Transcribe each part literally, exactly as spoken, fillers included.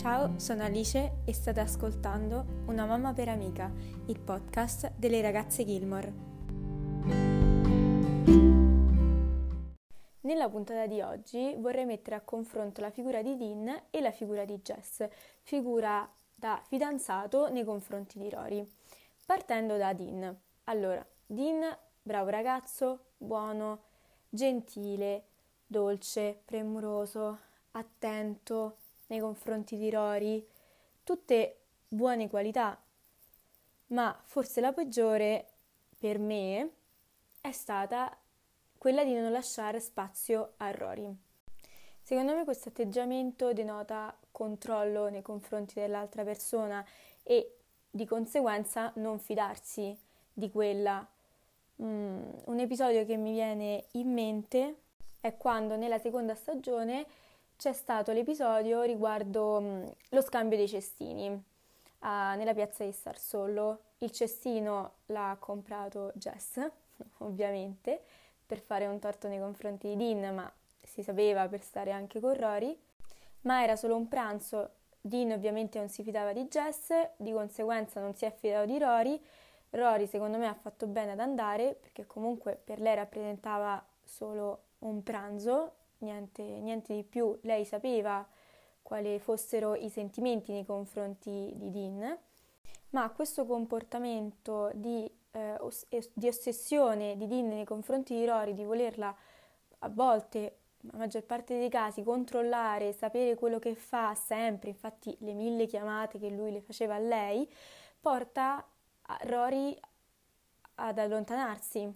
Ciao, sono Alice e state ascoltando Una mamma per amica, il podcast delle ragazze Gilmore. Nella puntata di oggi vorrei mettere a confronto la figura di Dean e la figura di Jess, figura da fidanzato nei confronti di Rory. Partendo da Dean. Allora, Dean, bravo ragazzo, buono, gentile, dolce, premuroso, attento nei confronti di Rory, tutte buone qualità, ma forse la peggiore per me è stata quella di non lasciare spazio a Rory. Secondo me questo atteggiamento denota controllo nei confronti dell'altra persona e di conseguenza non fidarsi di quella. Mm, un episodio che mi viene in mente è quando nella seconda stagione c'è stato l'episodio riguardo mh, lo scambio dei cestini a, nella piazza di Sassuolo. Il cestino l'ha comprato Jess, ovviamente, per fare un torto nei confronti di Dean, ma si sapeva per stare anche con Rory, ma era solo un pranzo. Dean ovviamente non si fidava di Jess, di conseguenza non si è fidato di Rory. Rory secondo me ha fatto bene ad andare, perché comunque per lei rappresentava solo un pranzo, niente, niente di più. Lei sapeva quali fossero i sentimenti nei confronti di Dean, ma questo comportamento di, eh, os- di ossessione di Dean nei confronti di Rory, di volerla a volte, la maggior parte dei casi, controllare, sapere quello che fa sempre, infatti le mille chiamate che lui le faceva a lei, porta a Rory ad allontanarsi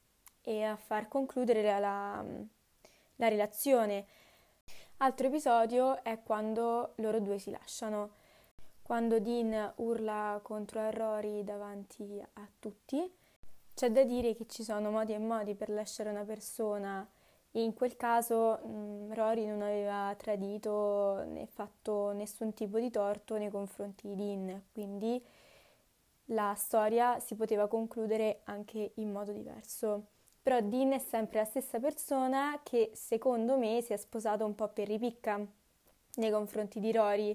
e a far concludere la, la, la relazione. Altro episodio è quando loro due si lasciano, quando Dean urla contro Rory davanti a tutti. C'è da dire che ci sono modi e modi per lasciare una persona. In quel caso mh, Rory non aveva tradito né fatto nessun tipo di torto nei confronti di Dean, quindi la storia si poteva concludere anche in modo diverso. Però Dean è sempre la stessa persona che secondo me si è sposato un po' per ripicca nei confronti di Rory,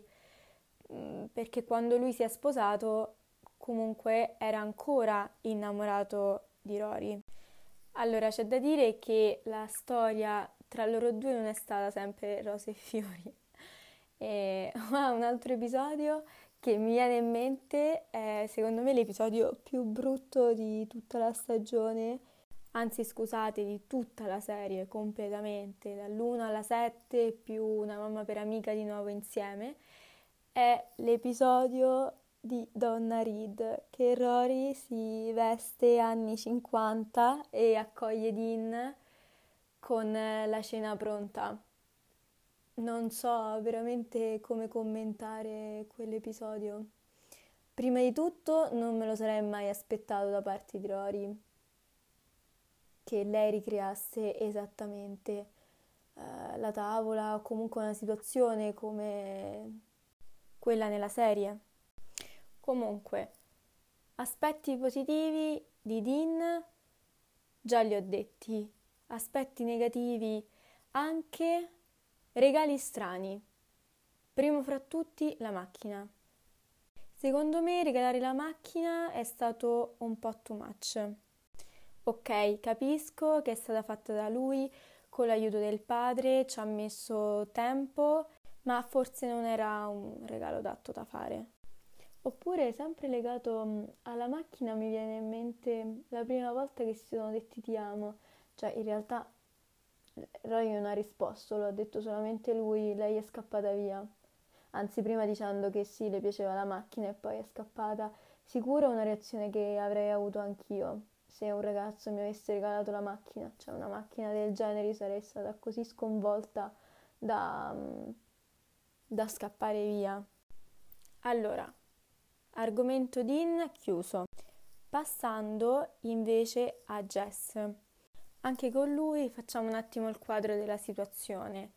perché quando lui si è sposato comunque era ancora innamorato di Rory. Allora c'è da dire che la storia tra loro due non è stata sempre rose e fiori. E un altro episodio che mi viene in mente è secondo me l'episodio più brutto di tutta la stagione, anzi scusate, di tutta la serie completamente, dall'uno alla sette più Una mamma per amica di nuovo insieme, è l'episodio di Donna Reed, che Rory si veste anni cinquanta e accoglie Dean con la cena pronta. Non so veramente come commentare quell'episodio. Prima di tutto non me lo sarei mai aspettato da parte di Rory, che lei ricreasse esattamente eh, la tavola o comunque una situazione come quella nella serie. Comunque, aspetti positivi di Dean già li ho detti, aspetti negativi anche regali strani. Primo fra tutti la macchina. Secondo me regalare la macchina è stato un po' too much. Ok, capisco che è stata fatta da lui con l'aiuto del padre, ci ha messo tempo, ma forse non era un regalo adatto da fare. Oppure, sempre legato alla macchina, mi viene in mente la prima volta che si sono detti ti amo. Cioè, in realtà Roy non ha risposto, lo ha detto solamente lui, lei è scappata via. Anzi, prima dicendo che sì, le piaceva la macchina e poi è scappata. Sicuro è una reazione che avrei avuto anch'io se un ragazzo mi avesse regalato la macchina. Cioè, una macchina del genere, sarei stata così sconvolta da, da scappare via. Allora, argomento Dean chiuso. Passando invece a Jess. Anche con lui facciamo un attimo il quadro della situazione.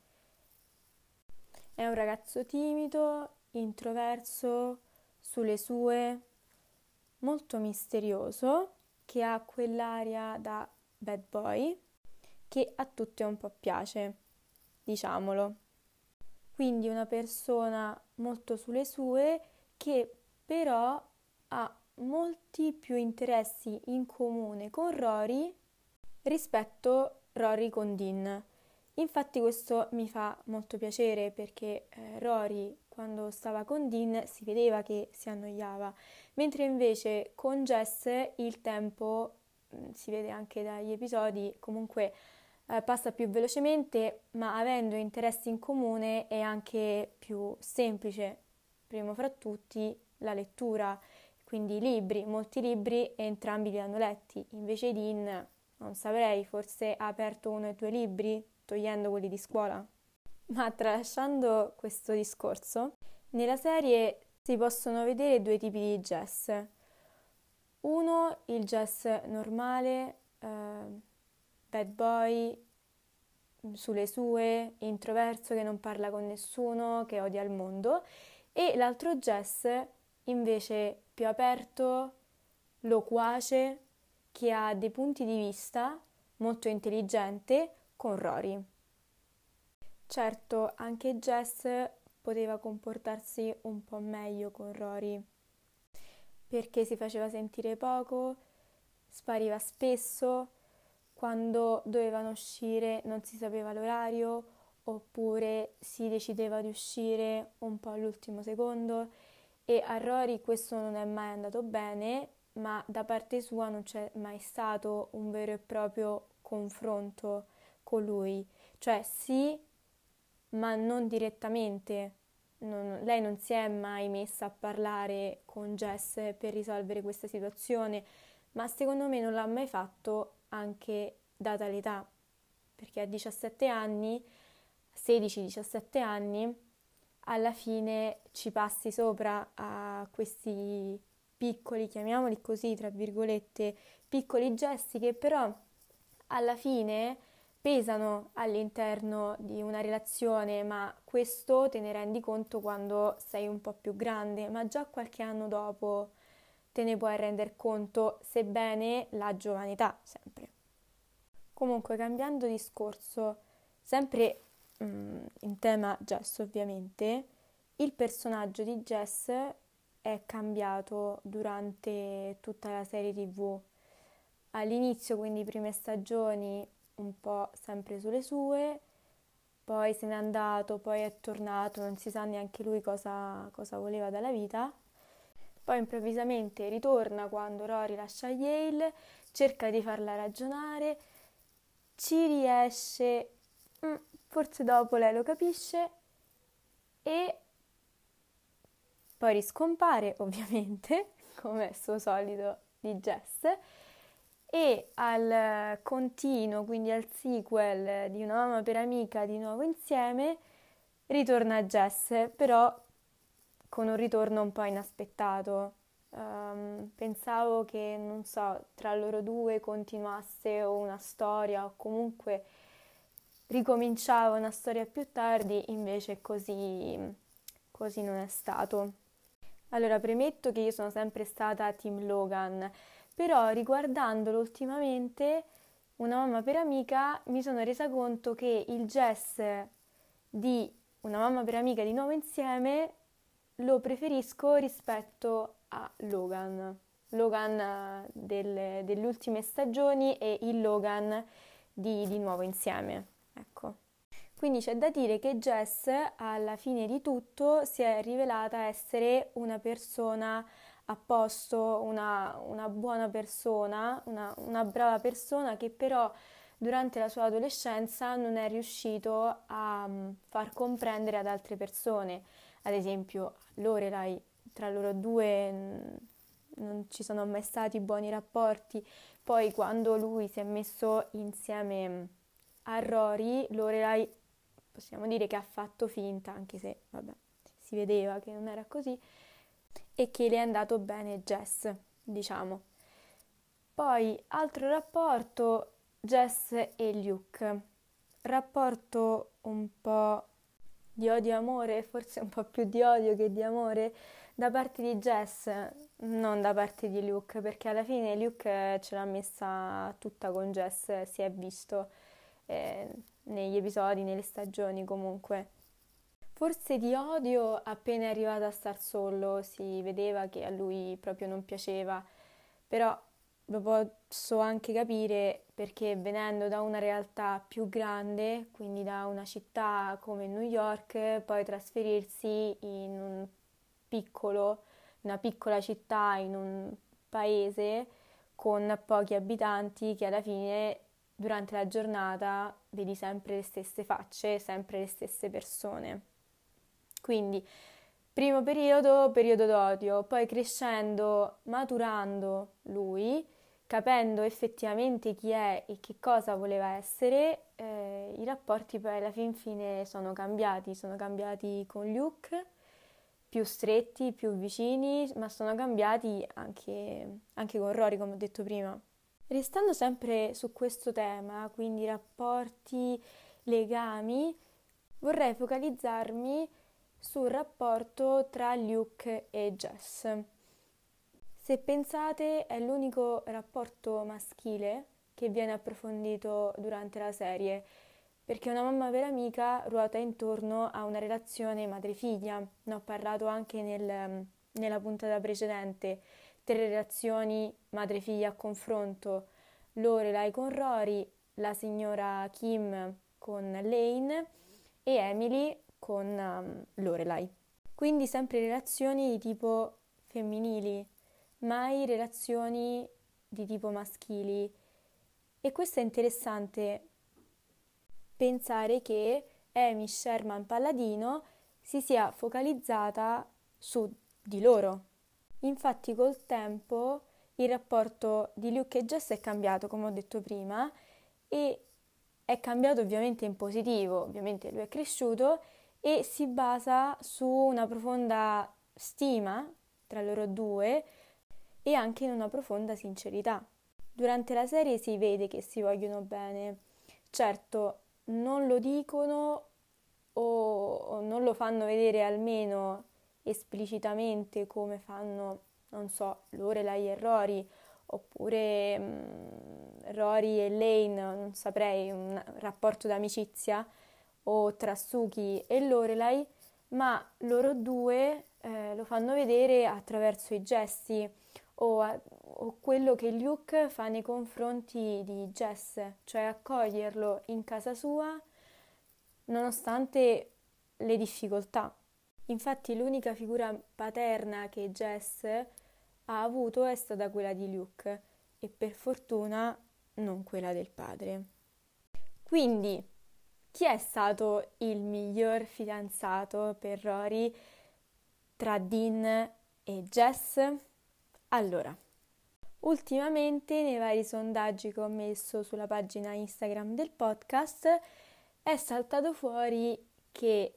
È un ragazzo timido, introverso, sulle sue, molto misterioso, che ha quell'aria da bad boy che a tutti un po' piace, diciamolo. quindi una persona molto sulle sue che però ha molti più interessi in comune con Rory rispetto Rory con Dean. Infatti questo mi fa molto piacere perché eh, Rory quando stava con Dean si vedeva che si annoiava, mentre invece con Jess il tempo, mh, si vede anche dagli episodi, comunque eh, passa più velocemente, ma avendo interessi in comune è anche più semplice, primo fra tutti la lettura, quindi libri, molti libri e entrambi li hanno letti, invece Dean non saprei, forse ha aperto uno o due libri, togliendo quelli di scuola. Ma tralasciando questo discorso, nella serie si possono vedere due tipi di Jess. Uno, il Jess normale, eh, bad boy, sulle sue, introverso che non parla con nessuno, che odia il mondo, e l'altro Jess invece più aperto, loquace, che ha dei punti di vista, molto intelligente, con Rory. Certo, anche Jess poteva comportarsi un po' meglio con Rory, perché si faceva sentire poco, spariva spesso, quando dovevano uscire non si sapeva l'orario, oppure si decideva di uscire un po' all'ultimo secondo, e a Rory questo non è mai andato bene, ma da parte sua non c'è mai stato un vero e proprio confronto con lui. Cioè sì, ma non direttamente. Non- lei non si è mai messa a parlare con Jess per risolvere questa situazione, ma secondo me non l'ha mai fatto anche data l'età, perché a diciassette anni, sedici diciassette anni, alla fine ci passi sopra a questi piccoli, chiamiamoli così, tra virgolette, piccoli gesti che però alla fine pesano all'interno di una relazione, ma questo te ne rendi conto quando sei un po' più grande, ma già qualche anno dopo te ne puoi rendere conto, sebbene la giovane età, sempre. Comunque, cambiando discorso, sempre mm, in tema Jess ovviamente, il personaggio di Jess è cambiato durante tutta la serie ti vu. All'inizio, quindi prime stagioni, un po' sempre sulle sue, poi se n'è andato, poi è tornato, non si sa neanche lui cosa, cosa voleva dalla vita. Poi improvvisamente ritorna quando Rory lascia Yale, cerca di farla ragionare, ci riesce, mm, forse dopo lei lo capisce e poi riscompare, ovviamente, come è suo solito di Jess, e al continuo, quindi al sequel di Una mamma per amica di nuovo insieme, ritorna Jess, però con un ritorno un po' inaspettato. Um, pensavo che, non so, tra loro due continuasse una storia o comunque ricominciava una storia più tardi, invece così, così non è stato. Allora, premetto che io sono sempre stata Team Logan, però riguardandolo ultimamente, Una mamma per amica, mi sono resa conto che il Jess di Una mamma per amica di nuovo insieme lo preferisco rispetto a Logan. Logan eh, delle, delle ultime stagioni e il Logan di, di nuovo insieme. Ecco. Quindi c'è da dire che Jess alla fine di tutto si è rivelata essere una persona a posto, una, una buona persona, una, una brava persona che però durante la sua adolescenza non è riuscito a um, far comprendere ad altre persone. Ad esempio, Lorelai, tra loro due mh, non ci sono mai stati buoni rapporti. Poi quando lui si è messo insieme mh, a Rory, Lorelai possiamo dire che ha fatto finta, anche se vabbè, si vedeva che non era così, e che le è andato bene Jess, diciamo. Poi altro rapporto, Jess e Luke. Rapporto un po' di odio e amore, forse un po' più di odio che di amore, da parte di Jess, non da parte di Luke, perché alla fine Luke ce l'ha messa tutta con Jess, si è visto eh, negli episodi, nelle stagioni comunque. Forse di odio appena è arrivata a star solo, si vedeva che a lui proprio non piaceva, però lo posso anche capire perché venendo da una realtà più grande, quindi da una città come New York, poi trasferirsi in un piccolo, una piccola città, in un paese con pochi abitanti che alla fine durante la giornata vedi sempre le stesse facce, sempre le stesse persone. Quindi, primo periodo, periodo d'odio, poi crescendo, maturando lui, capendo effettivamente chi è e che cosa voleva essere, eh, i rapporti poi alla fin fine sono cambiati, sono cambiati con Luke, più stretti, più vicini, ma sono cambiati anche, anche con Rory, come ho detto prima. Restando sempre su questo tema, quindi rapporti, legami, vorrei focalizzarmi sul rapporto tra Luke e Jess. Se pensate, è l'unico rapporto maschile che viene approfondito durante la serie, perché Una mamma vera amica ruota intorno a una relazione madre-figlia. Ne ho parlato anche nel, nella puntata precedente. Tre relazioni madre-figlia a confronto: Lorelai con Rory, la signora Kim con Lane e Emily con um, Lorelai. Quindi sempre relazioni di tipo femminili, mai relazioni di tipo maschili. E questo è interessante pensare che Amy Sherman Palladino si sia focalizzata su di loro. Infatti col tempo il rapporto di Luke e Jess è cambiato, come ho detto prima, e è cambiato ovviamente in positivo, ovviamente lui è cresciuto e si basa su una profonda stima tra loro due e anche in una profonda sincerità. Durante la serie si vede che si vogliono bene. Certo, non lo dicono o, o non lo fanno vedere almeno esplicitamente come fanno, non so, Lorelai e Rory, oppure mh, Rory e Lane, non saprei, un rapporto d'amicizia, o tra Suki e Lorelai, ma loro due eh, lo fanno vedere attraverso i gesti o, a, o quello che Luke fa nei confronti di Jess, cioè accoglierlo in casa sua nonostante le difficoltà. Infatti l'unica figura paterna che Jess ha avuto è stata quella di Luke e per fortuna non quella del padre. Quindi, chi è stato il miglior fidanzato per Rory tra Dean e Jess? Allora, ultimamente nei vari sondaggi che ho messo sulla pagina Instagram del podcast è saltato fuori che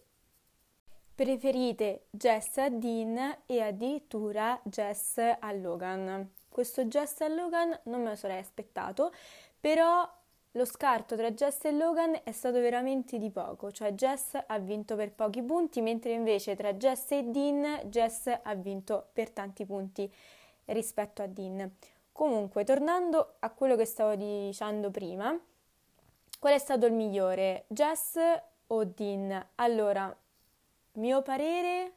preferite Jess a Dean e addirittura Jess a Logan. Questo Jess a Logan non me lo sarei aspettato, però lo scarto tra Jess e Logan è stato veramente di poco, cioè Jess ha vinto per pochi punti, mentre invece tra Jess e Dean Jess ha vinto per tanti punti rispetto a Dean. Comunque, tornando a quello che stavo dicendo prima, qual è stato il migliore, Jess o Dean? Allora, mio parere,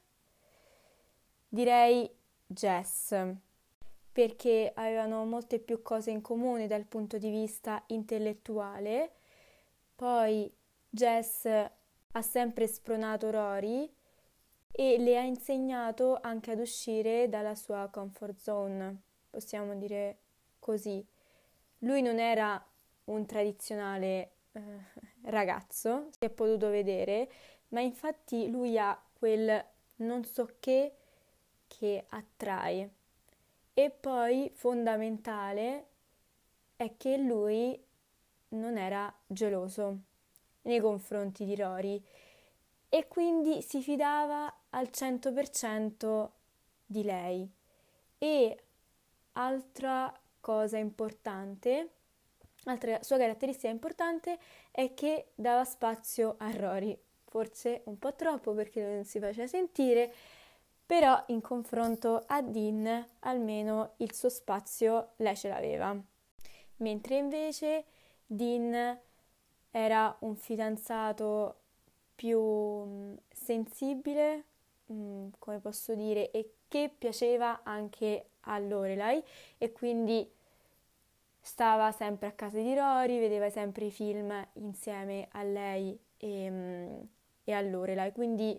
direi Jess, perché avevano molte più cose in comune dal punto di vista intellettuale. Poi Jess ha sempre spronato Rory e le ha insegnato anche ad uscire dalla sua comfort zone, possiamo dire così. Lui non era un tradizionale eh, ragazzo, si è potuto vedere, ma infatti lui ha quel non so che che attrae. E poi fondamentale è che lui non era geloso nei confronti di Rory e quindi si fidava al cento per cento di lei. E altra cosa importante, altra sua caratteristica importante è che dava spazio a Rory, forse un po' troppo perché non si faceva sentire, però in confronto a Dean almeno il suo spazio lei ce l'aveva, mentre invece Dean era un fidanzato più mh, sensibile, mh, come posso dire, e che piaceva anche a Lorelai, e quindi stava sempre a casa di Rory, vedeva sempre i film insieme a lei e, mh, e a Lorelai, quindi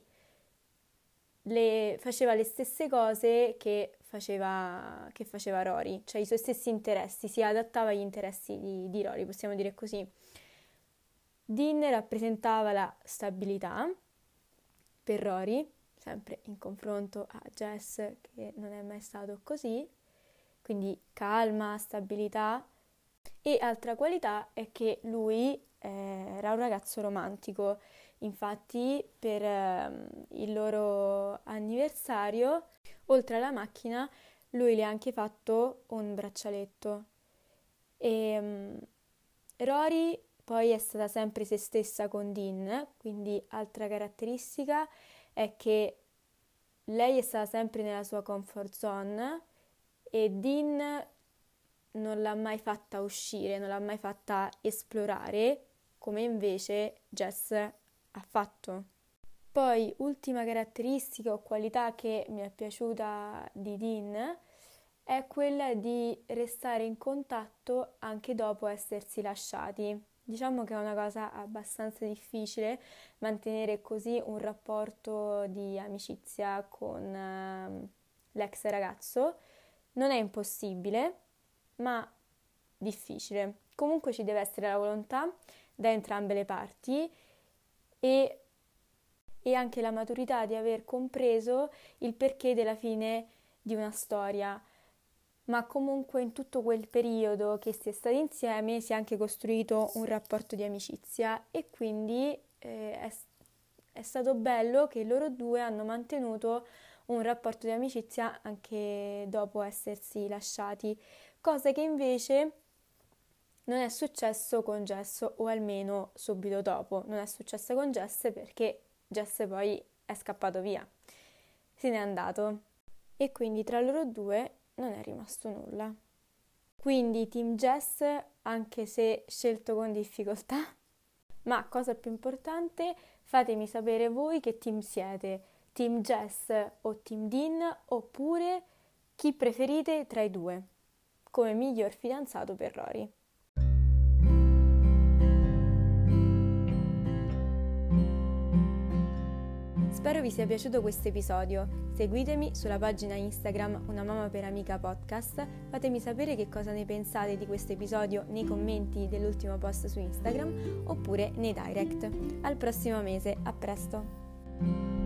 le, faceva le stesse cose che faceva, che faceva Rory, cioè i suoi stessi interessi, si adattava agli interessi di, di Rory, possiamo dire così. Dean rappresentava la stabilità per Rory, sempre in confronto a Jess, che non è mai stato così, quindi calma, stabilità. E altra qualità è che lui eh, era un ragazzo romantico, infatti per eh, il loro anniversario, oltre alla macchina, lui le ha anche fatto un braccialetto. E um, Rory poi è stata sempre se stessa con Dean, quindi altra caratteristica è che lei è stata sempre nella sua comfort zone e Dean non l'ha mai fatta uscire, non l'ha mai fatta esplorare, come invece Jess ha fatto. Poi, ultima caratteristica o qualità che mi è piaciuta di Dean è quella di restare in contatto anche dopo essersi lasciati. Diciamo che è una cosa abbastanza difficile mantenere così un rapporto di amicizia con uh, l'ex ragazzo. Non è impossibile, ma difficile. Comunque ci deve essere la volontà da entrambe le parti e, e anche la maturità di aver compreso il perché della fine di una storia. Ma comunque in tutto quel periodo che si è stati insieme si è anche costruito un rapporto di amicizia e quindi eh, è, è stato bello che loro due hanno mantenuto un rapporto di amicizia anche dopo essersi lasciati, cosa che invece non è successo con Jess, o almeno subito dopo. Non è successo con Jess perché Jess poi è scappato via, se n'è andato e quindi tra loro due non è rimasto nulla. Quindi Team Jess, anche se scelto con difficoltà, ma cosa più importante, fatemi sapere voi che team siete, Team Jess o Team Dean, oppure chi preferite tra i due come miglior fidanzato per Rory. Spero vi sia piaciuto questo episodio. Seguitemi sulla pagina Instagram Una Mamma per Amica Podcast. Fatemi sapere che cosa ne pensate di questo episodio nei commenti dell'ultimo post su Instagram oppure nei direct. Al prossimo mese, a presto!